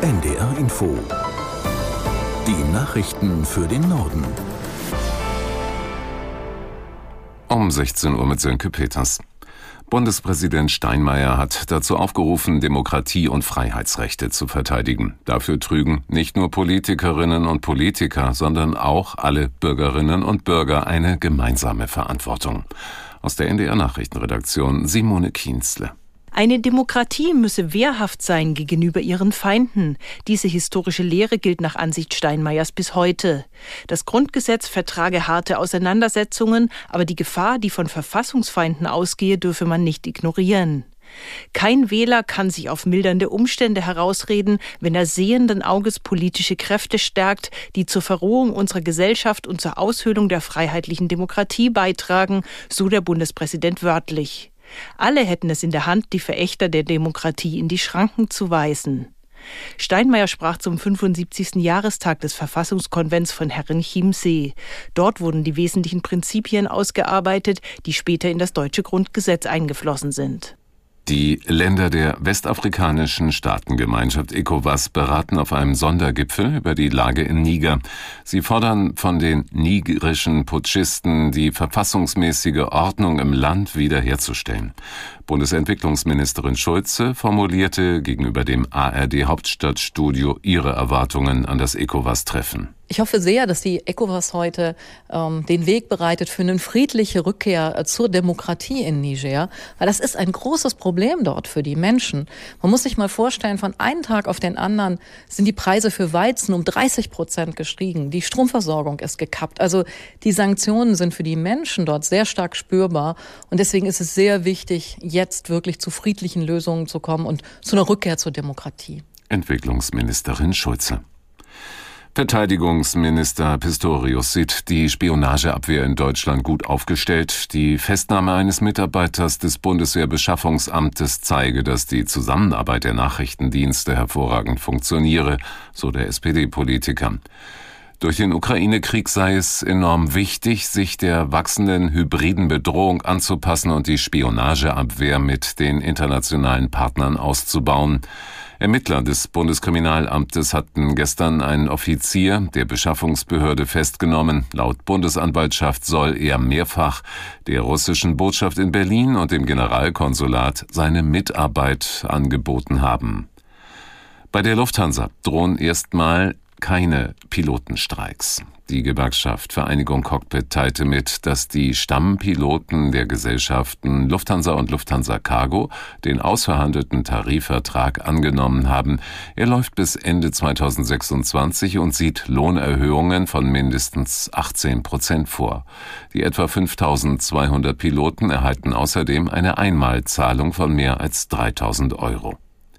NDR Info. Die Nachrichten für den Norden. Um 16 Uhr mit Sönke Peters. Bundespräsident Steinmeier hat dazu aufgerufen, Demokratie- und Freiheitsrechte zu verteidigen. Dafür trügen nicht nur Politikerinnen und Politiker, sondern auch alle Bürgerinnen und Bürger eine gemeinsame Verantwortung. Aus der NDR Nachrichtenredaktion Simone Kienzle. Eine Demokratie müsse wehrhaft sein gegenüber ihren Feinden. Diese historische Lehre gilt nach Ansicht Steinmeiers bis heute. Das Grundgesetz vertrage harte Auseinandersetzungen, aber die Gefahr, die von Verfassungsfeinden ausgehe, dürfe man nicht ignorieren. Kein Wähler kann sich auf mildernde Umstände herausreden, wenn er sehenden Auges politische Kräfte stärkt, die zur Verrohung unserer Gesellschaft und zur Aushöhlung der freiheitlichen Demokratie beitragen, so der Bundespräsident wörtlich. Alle hätten es in der Hand, die Verächter der Demokratie in die Schranken zu weisen. Steinmeier sprach zum 75. Jahrestag des Verfassungskonvents von Herrenchiemsee. Dort wurden die wesentlichen Prinzipien ausgearbeitet, die später in das deutsche Grundgesetz eingeflossen sind. Die Länder der westafrikanischen Staatengemeinschaft ECOWAS beraten auf einem Sondergipfel über die Lage in Niger. Sie fordern von den nigerischen Putschisten, die verfassungsmäßige Ordnung im Land wiederherzustellen. Bundesentwicklungsministerin Schulze formulierte gegenüber dem ARD-Hauptstadtstudio ihre Erwartungen an das ECOWAS-Treffen. Ich hoffe sehr, dass die ECOWAS heute den Weg bereitet für eine friedliche Rückkehr zur Demokratie in Niger, weil das ist ein großes Problem dort für die Menschen. Man muss sich mal vorstellen, von einem Tag auf den anderen sind die Preise für Weizen um 30% gestiegen. Die Stromversorgung ist gekappt. Also die Sanktionen sind für die Menschen dort sehr stark spürbar. Und deswegen ist es sehr wichtig, jetzt wirklich zu friedlichen Lösungen zu kommen und zu einer Rückkehr zur Demokratie. Entwicklungsministerin Schulze. Verteidigungsminister Pistorius sieht die Spionageabwehr in Deutschland gut aufgestellt. Die Festnahme eines Mitarbeiters des Bundeswehrbeschaffungsamtes zeige, dass die Zusammenarbeit der Nachrichtendienste hervorragend funktioniere, so der SPD-Politiker. Durch den Ukraine-Krieg sei es enorm wichtig, sich der wachsenden hybriden Bedrohung anzupassen und die Spionageabwehr mit den internationalen Partnern auszubauen. Ermittler des Bundeskriminalamtes hatten gestern einen Offizier der Beschaffungsbehörde festgenommen. Laut Bundesanwaltschaft soll er mehrfach der russischen Botschaft in Berlin und dem Generalkonsulat seine Mitarbeit angeboten haben. Bei der Lufthansa drohen erstmal keine Pilotenstreiks. Die Gewerkschaft Vereinigung Cockpit teilte mit, dass die Stammpiloten der Gesellschaften Lufthansa und Lufthansa Cargo den ausverhandelten Tarifvertrag angenommen haben. Er läuft bis Ende 2026 und sieht Lohnerhöhungen von mindestens 18% vor. Die etwa 5.200 Piloten erhalten außerdem eine Einmalzahlung von mehr als 3.000 Euro.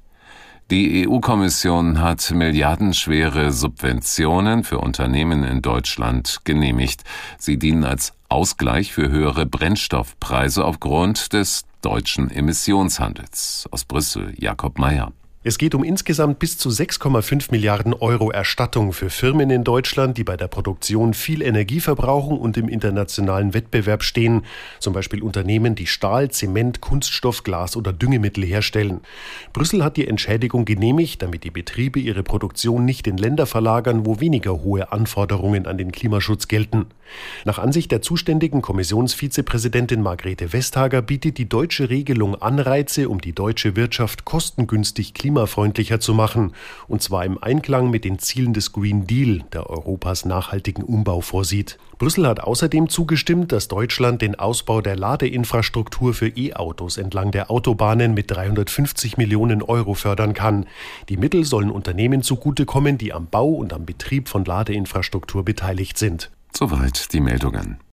Die EU-Kommission hat milliardenschwere Subventionen für Unternehmen in Deutschland genehmigt. Sie dienen als Ausgleich für höhere Brennstoffpreise aufgrund des deutschen Emissionshandels. Aus Brüssel, Jakob Mayer. Es geht um insgesamt bis zu 6,5 Milliarden Euro Erstattung für Firmen in Deutschland, die bei der Produktion viel Energie verbrauchen und im internationalen Wettbewerb stehen. Zum Beispiel Unternehmen, die Stahl, Zement, Kunststoff, Glas oder Düngemittel herstellen. Brüssel hat die Entschädigung genehmigt, damit die Betriebe ihre Produktion nicht in Länder verlagern, wo weniger hohe Anforderungen an den Klimaschutz gelten. Nach Ansicht der zuständigen Kommissionsvizepräsidentin Margrethe Vestager bietet die deutsche Regelung Anreize, um die deutsche Wirtschaft kostengünstig klimafreundlicher zu machen, und zwar im Einklang mit den Zielen des Green Deal, der Europas nachhaltigen Umbau vorsieht. Brüssel hat außerdem zugestimmt, dass Deutschland den Ausbau der Ladeinfrastruktur für E-Autos entlang der Autobahnen mit 350 Millionen Euro fördern kann. Die Mittel sollen Unternehmen zugutekommen, die am Bau und am Betrieb von Ladeinfrastruktur beteiligt sind. Soweit die Meldungen.